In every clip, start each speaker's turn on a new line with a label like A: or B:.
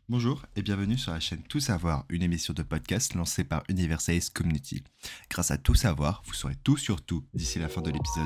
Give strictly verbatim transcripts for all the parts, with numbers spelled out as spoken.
A: Bonjour et bienvenue sur la chaîne Tout Savoir, une émission de podcast lancée par Universalis Community. Grâce à Tout Savoir, vous saurez tout sur tout d'ici la fin de l'épisode.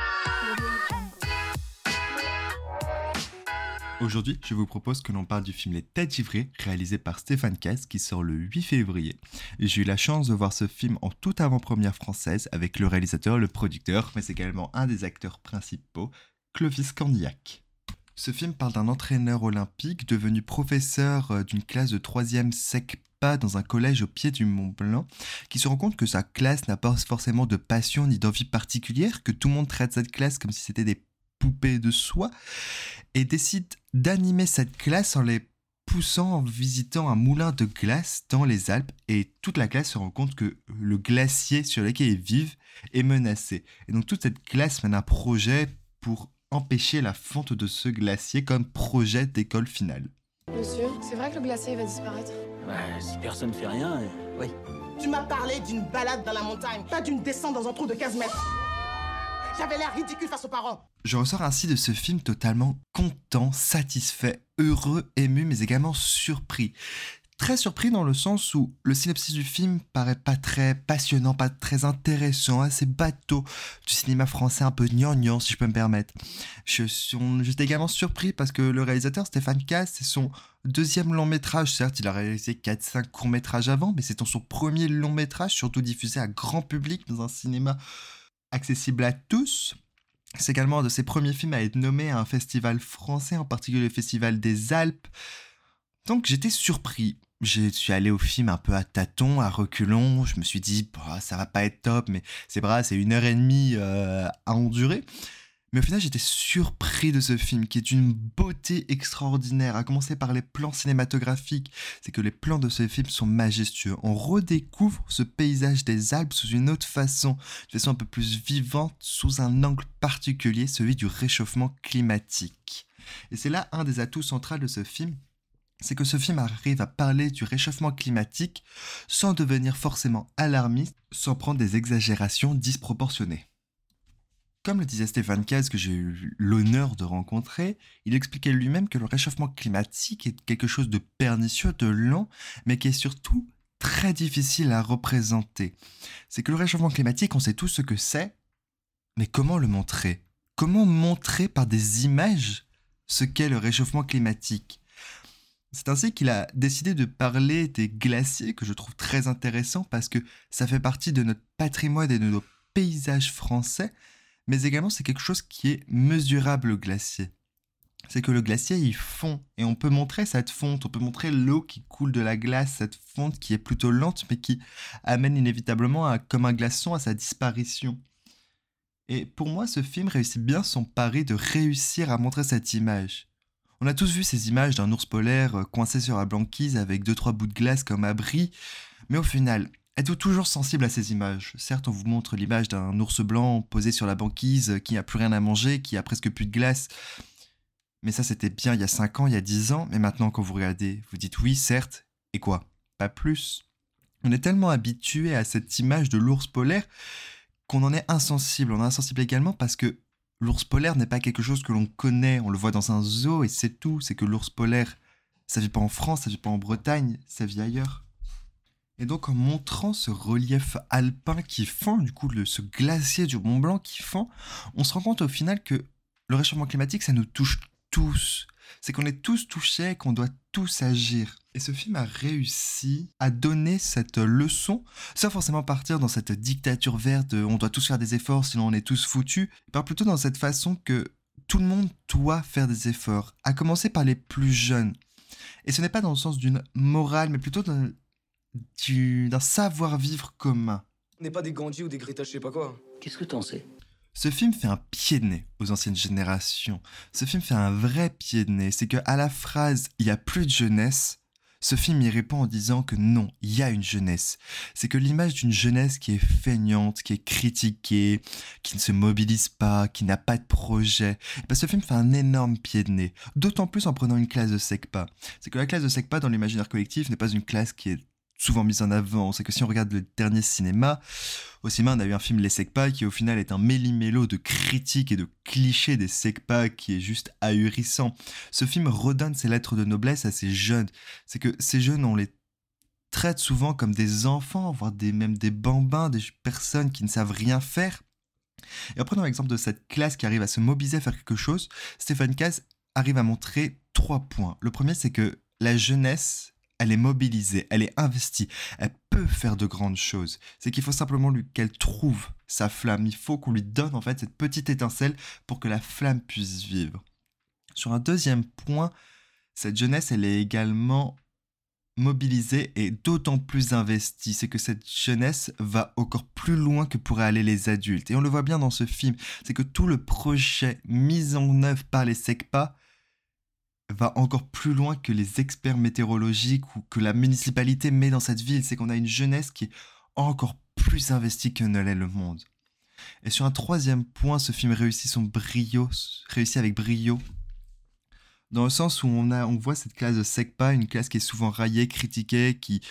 A: Aujourd'hui, je vous propose que l'on parle du film Les Têtes Givrées, réalisé par Stéphane Caz, qui sort le huit février. J'ai eu la chance de voir ce film en toute avant-première française avec le réalisateur, le producteur, mais également un des acteurs principaux, Clovis Cornillac. Ce film parle d'un entraîneur olympique devenu professeur d'une classe de troisième SECPA dans un collège au pied du Mont Blanc, qui se rend compte que sa classe n'a pas forcément de passion ni d'envie particulière, que tout le monde traite cette classe comme si c'était des poupées de soie, et décide d'animer cette classe en les poussant en visitant un moulin de glace dans les Alpes, et toute la classe se rend compte que le glacier sur lequel ils vivent est menacé. Et donc toute cette classe mène un projet pour empêcher la fonte de ce glacier comme projet d'école finale.
B: Monsieur, c'est vrai que le glacier va disparaître?
C: Ouais, si personne fait rien, euh, oui.
D: Tu m'as parlé d'une balade dans la montagne, pas d'une descente dans un trou de quinze mètres. J'avais l'air ridicule face aux parents.
A: Je ressors ainsi de ce film totalement content, satisfait, heureux, ému, mais également surpris. Très surpris dans le sens où le synopsis du film paraît pas très passionnant, pas très intéressant, assez bateau, du cinéma français un peu gnangnan si je peux me permettre. Je suis, j'étais également surpris parce que le réalisateur Stéphane Caz, c'est son deuxième long métrage. Certes, il a réalisé quatre cinq courts métrages avant, mais c'est son premier long métrage, surtout diffusé à grand public dans un cinéma accessible à tous. C'est également un de ses premiers films à être nommé à un festival français, en particulier le Festival des Alpes. Donc j'étais surpris. Je suis allé au film un peu à tâtons, à reculons. Je me suis dit, bah, ça va pas être top, mais c'est vrai, c'est une heure et demie euh, à endurer. Mais au final, j'étais surpris de ce film, qui est d'une beauté extraordinaire. À commencer par les plans cinématographiques, c'est que les plans de ce film sont majestueux. On redécouvre ce paysage des Alpes sous une autre façon, une façon un peu plus vivante, sous un angle particulier, celui du réchauffement climatique. Et c'est là un des atouts centraux de ce film, c'est que ce film arrive à parler du réchauffement climatique sans devenir forcément alarmiste, sans prendre des exagérations disproportionnées. Comme le disait Stéphane Caz, que j'ai eu l'honneur de rencontrer, il expliquait lui-même que le réchauffement climatique est quelque chose de pernicieux, de lent, mais qui est surtout très difficile à représenter. C'est que le réchauffement climatique, on sait tous ce que c'est, mais comment le montrer ? Comment montrer par des images ce qu'est le réchauffement climatique ? C'est ainsi qu'il a décidé de parler des glaciers, que je trouve très intéressant parce que ça fait partie de notre patrimoine et de nos paysages français, mais également c'est quelque chose qui est mesurable, le glacier. C'est que le glacier, il fond, et on peut montrer cette fonte, on peut montrer l'eau qui coule de la glace, cette fonte qui est plutôt lente, mais qui amène inévitablement, à, comme un glaçon, à sa disparition. Et pour moi, ce film réussit bien son pari de réussir à montrer cette image. On a tous vu ces images d'un ours polaire coincé sur la banquise avec deux trois bouts de glace comme abri, mais au final, êtes-vous toujours sensible à ces images ? Certes, on vous montre l'image d'un ours blanc posé sur la banquise qui n'a plus rien à manger, qui a presque plus de glace, mais ça c'était bien il y a cinq ans, il y a dix ans, mais maintenant quand vous regardez, vous dites oui, certes, et quoi ? Pas plus. On est tellement habitué à cette image de l'ours polaire qu'on en est insensible. On est insensible également parce que l'ours polaire n'est pas quelque chose que l'on connaît, on le voit dans un zoo et c'est tout. C'est que l'ours polaire, ça vit pas en France, ça vit pas en Bretagne, ça vit ailleurs. Et donc en montrant ce relief alpin qui fond, du coup le, ce glacier du Mont Blanc qui fond, on se rend compte au final que le réchauffement climatique, ça nous touche tous. C'est qu'on est tous touchés et qu'on doit tous agir. Et ce film a réussi à donner cette leçon, sans forcément partir dans cette dictature verte de on doit tous faire des efforts sinon on est tous foutus, il part plutôt dans cette façon que tout le monde doit faire des efforts, à commencer par les plus jeunes. Et ce n'est pas dans le sens d'une morale, mais plutôt d'un, du, d'un savoir-vivre commun.
E: On n'est pas des Gandhi ou des Greta je sais pas quoi.
C: Qu'est-ce que t'en sais?
A: Ce film fait un pied de nez aux anciennes générations. Ce film fait un vrai pied de nez. C'est qu'à la phrase « il n'y a plus de jeunesse », ce film y répond en disant que non, il y a une jeunesse. C'est que l'image d'une jeunesse qui est feignante, qui est critiquée, qui ne se mobilise pas, qui n'a pas de projet, ben ce film fait un énorme pied de nez. D'autant plus en prenant une classe de SECPA. C'est que la classe de SECPA dans l'imaginaire collectif n'est pas une classe qui est souvent mise en avant. C'est que si on regarde le dernier cinéma, au cinéma, on a eu un film Les Secpas qui au final est un méli-mélo de critiques et de clichés des Secpas qui est juste ahurissant. Ce film redonne ses lettres de noblesse à ces jeunes. C'est que ces jeunes, on les traite souvent comme des enfants, voire des, même des bambins, des personnes qui ne savent rien faire. Et en prenant l'exemple de cette classe qui arrive à se mobiliser à faire quelque chose, Stéphane Caz arrive à montrer trois points. Le premier, c'est que la jeunesse, elle est mobilisée, elle est investie, elle peut faire de grandes choses. C'est qu'il faut simplement lui, qu'elle trouve sa flamme. Il faut qu'on lui donne en fait cette petite étincelle pour que la flamme puisse vivre. Sur un deuxième point, cette jeunesse, elle est également mobilisée et d'autant plus investie. C'est que cette jeunesse va encore plus loin que pourraient aller les adultes. Et on le voit bien dans ce film, c'est que tout le projet mis en œuvre par les Secpas va encore plus loin que les experts météorologiques ou que la municipalité met dans cette ville. C'est qu'on a une jeunesse qui est encore plus investie que ne l'est le monde. Et sur un troisième point, ce film réussit son brio, réussit avec brio, dans le sens où on, a, on voit cette classe de Secpa, une classe qui est souvent raillée, critiquée, qui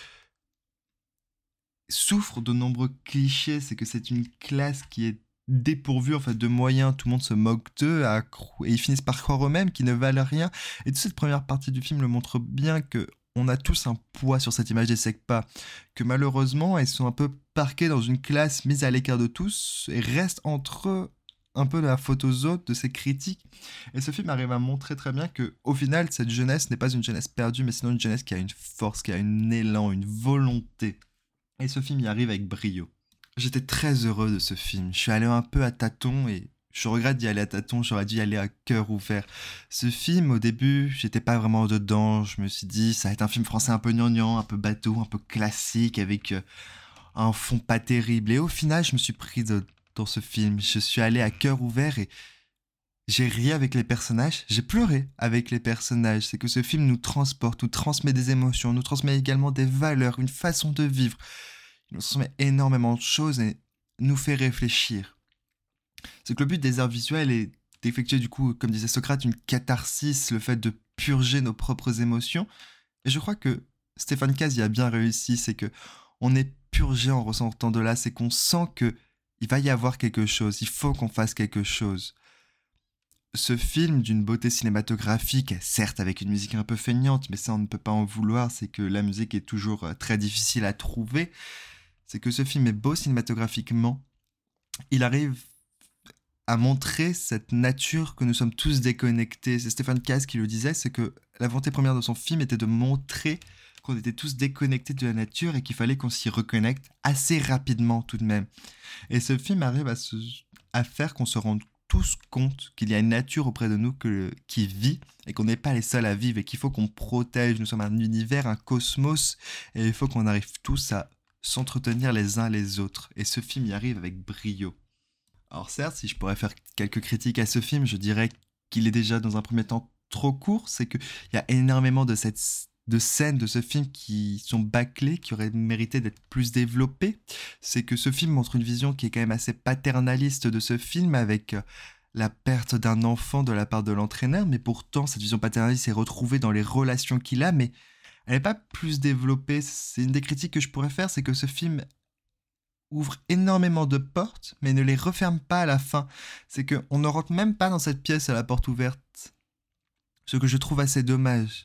A: souffre de nombreux clichés. C'est que c'est une classe qui est dépourvue en fait, de moyens, tout le monde se moque d'eux, à, et ils finissent par croire eux-mêmes qu'ils ne valent rien. Et toute cette première partie du film le montre bien qu'on a tous un poids sur cette image des Secpa, que malheureusement, elles sont un peu parquées dans une classe mise à l'écart de tous, et restent entre eux un peu de la faute aux autres, de ces critiques. Et ce film arrive à montrer très bien que, au final, cette jeunesse n'est pas une jeunesse perdue, mais sinon une jeunesse qui a une force, qui a un élan, une volonté. Et ce film y arrive avec brio. J'étais très heureux de ce film. Je suis allé un peu à tâtons et je regrette d'y aller à tâtons, j'aurais dû y aller à cœur ouvert. Ce film, au début, j'étais pas vraiment dedans. Je me suis dit, ça va être un film français un peu gnangnan, un peu bateau, un peu classique, avec euh, un fond pas terrible. Et au final, je me suis pris de dans ce film. Je suis allé à cœur ouvert et j'ai ri avec les personnages, j'ai pleuré avec les personnages. C'est que ce film nous transporte, nous transmet des émotions, nous transmet également des valeurs, une façon de vivre. Il nous transmet énormément de choses et nous fait réfléchir. C'est que le but des arts visuels est d'effectuer du coup, comme disait Socrate, une catharsis, le fait de purger nos propres émotions. Et je crois que Stéphane Caz y a bien réussi, c'est que on est purgé en ressentant de là, c'est qu'on sent que il va y avoir quelque chose, il faut qu'on fasse quelque chose. Ce film, d'une beauté cinématographique, certes avec une musique un peu feignante, mais ça on ne peut pas en vouloir, c'est que la musique est toujours très difficile à trouver. C'est que ce film est beau cinématographiquement, il arrive à montrer cette nature que nous sommes tous déconnectés. C'est Stéphane Caz qui le disait, c'est que la volonté première de son film était de montrer qu'on était tous déconnectés de la nature et qu'il fallait qu'on s'y reconnecte assez rapidement tout de même. Et ce film arrive à, se, à faire qu'on se rende tous compte qu'il y a une nature auprès de nous que, qui vit et qu'on n'est pas les seuls à vivre et qu'il faut qu'on protège. Nous sommes un univers, un cosmos et il faut qu'on arrive tous à s'entretenir les uns les autres. Et ce film y arrive avec brio. Alors certes, si je pourrais faire quelques critiques à ce film, je dirais qu'il est déjà dans un premier temps trop court. C'est qu'il y a énormément de cette... de scènes de ce film qui sont bâclées, qui auraient mérité d'être plus développées. C'est que ce film montre une vision qui est quand même assez paternaliste de ce film, avec la perte d'un enfant de la part de l'entraîneur, mais pourtant cette vision paternaliste est retrouvée dans les relations qu'il a, mais elle n'est pas plus développée. C'est une des critiques que je pourrais faire, c'est que ce film ouvre énormément de portes, mais ne les referme pas à la fin. C'est qu'on ne rentre même pas dans cette pièce à la porte ouverte, ce que je trouve assez dommage.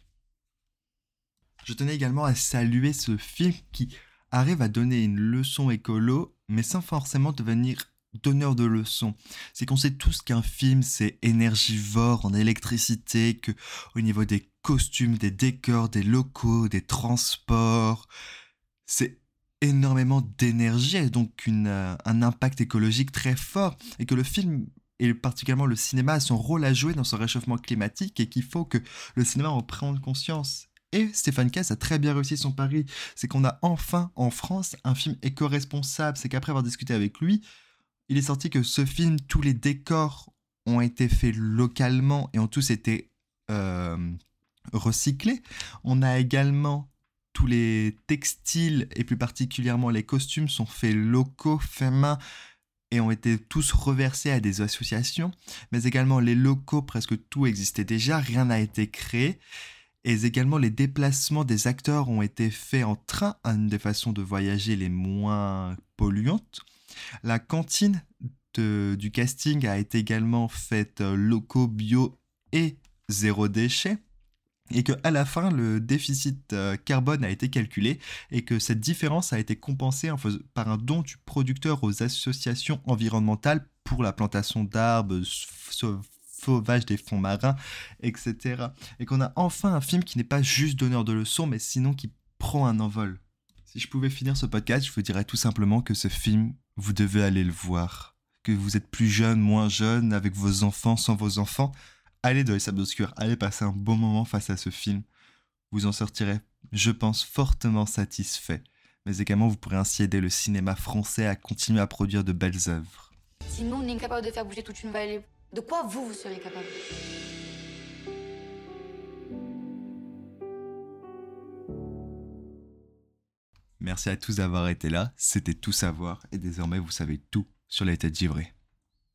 A: Je tenais également à saluer ce film qui arrive à donner une leçon écolo, mais sans forcément devenir donneur de leçons. C'est qu'on sait tous qu'un film, c'est énergivore en électricité, que au niveau des costumes, des décors, des locaux, des transports, c'est énormément d'énergie et donc une, euh, un impact écologique très fort. Et que le film, et particulièrement le cinéma, a son rôle à jouer dans ce réchauffement climatique et qu'il faut que le cinéma en prenne conscience. Et Stéphane Caz a très bien réussi son pari. C'est qu'on a enfin, en France, un film éco-responsable. C'est qu'après avoir discuté avec lui, il est sorti que ce film, tous les décors ont été faits localement et ont tous été euh, recyclés. On a également tous les textiles et plus particulièrement les costumes sont faits locaux, faits main et ont été tous reversés à des associations. Mais également les locaux, presque tout existait déjà, rien n'a été créé. Et également les déplacements des acteurs ont été faits en train, une des façons de voyager les moins polluantes. La cantine de- du casting a été également faite euh, locaux, bio et zéro déchet. Et qu'à la fin, le déficit euh, carbone a été calculé et que cette différence a été compensée en fais- par un don du producteur aux associations environnementales pour la plantation d'arbres sau- sauvages des fonds marins, et cetera. Et qu'on a enfin un film qui n'est pas juste donneur de leçons, mais sinon qui prend un envol. Si je pouvais finir ce podcast, je vous dirais tout simplement que ce film, vous devez aller le voir. Que vous êtes plus jeune, moins jeune, avec vos enfants, sans vos enfants, allez dans les Sables Obscurs, allez passer un bon moment face à ce film. Vous en sortirez, je pense, fortement satisfait. Mais également, vous pourrez ainsi aider le cinéma français à continuer à produire de belles œuvres.
F: Si nous, on est incapable de faire bouger toute une vallée, de quoi vous, vous serez capable?
A: Merci à tous d'avoir été là, c'était Tout savoir, et désormais vous savez tout sur les têtes givrées.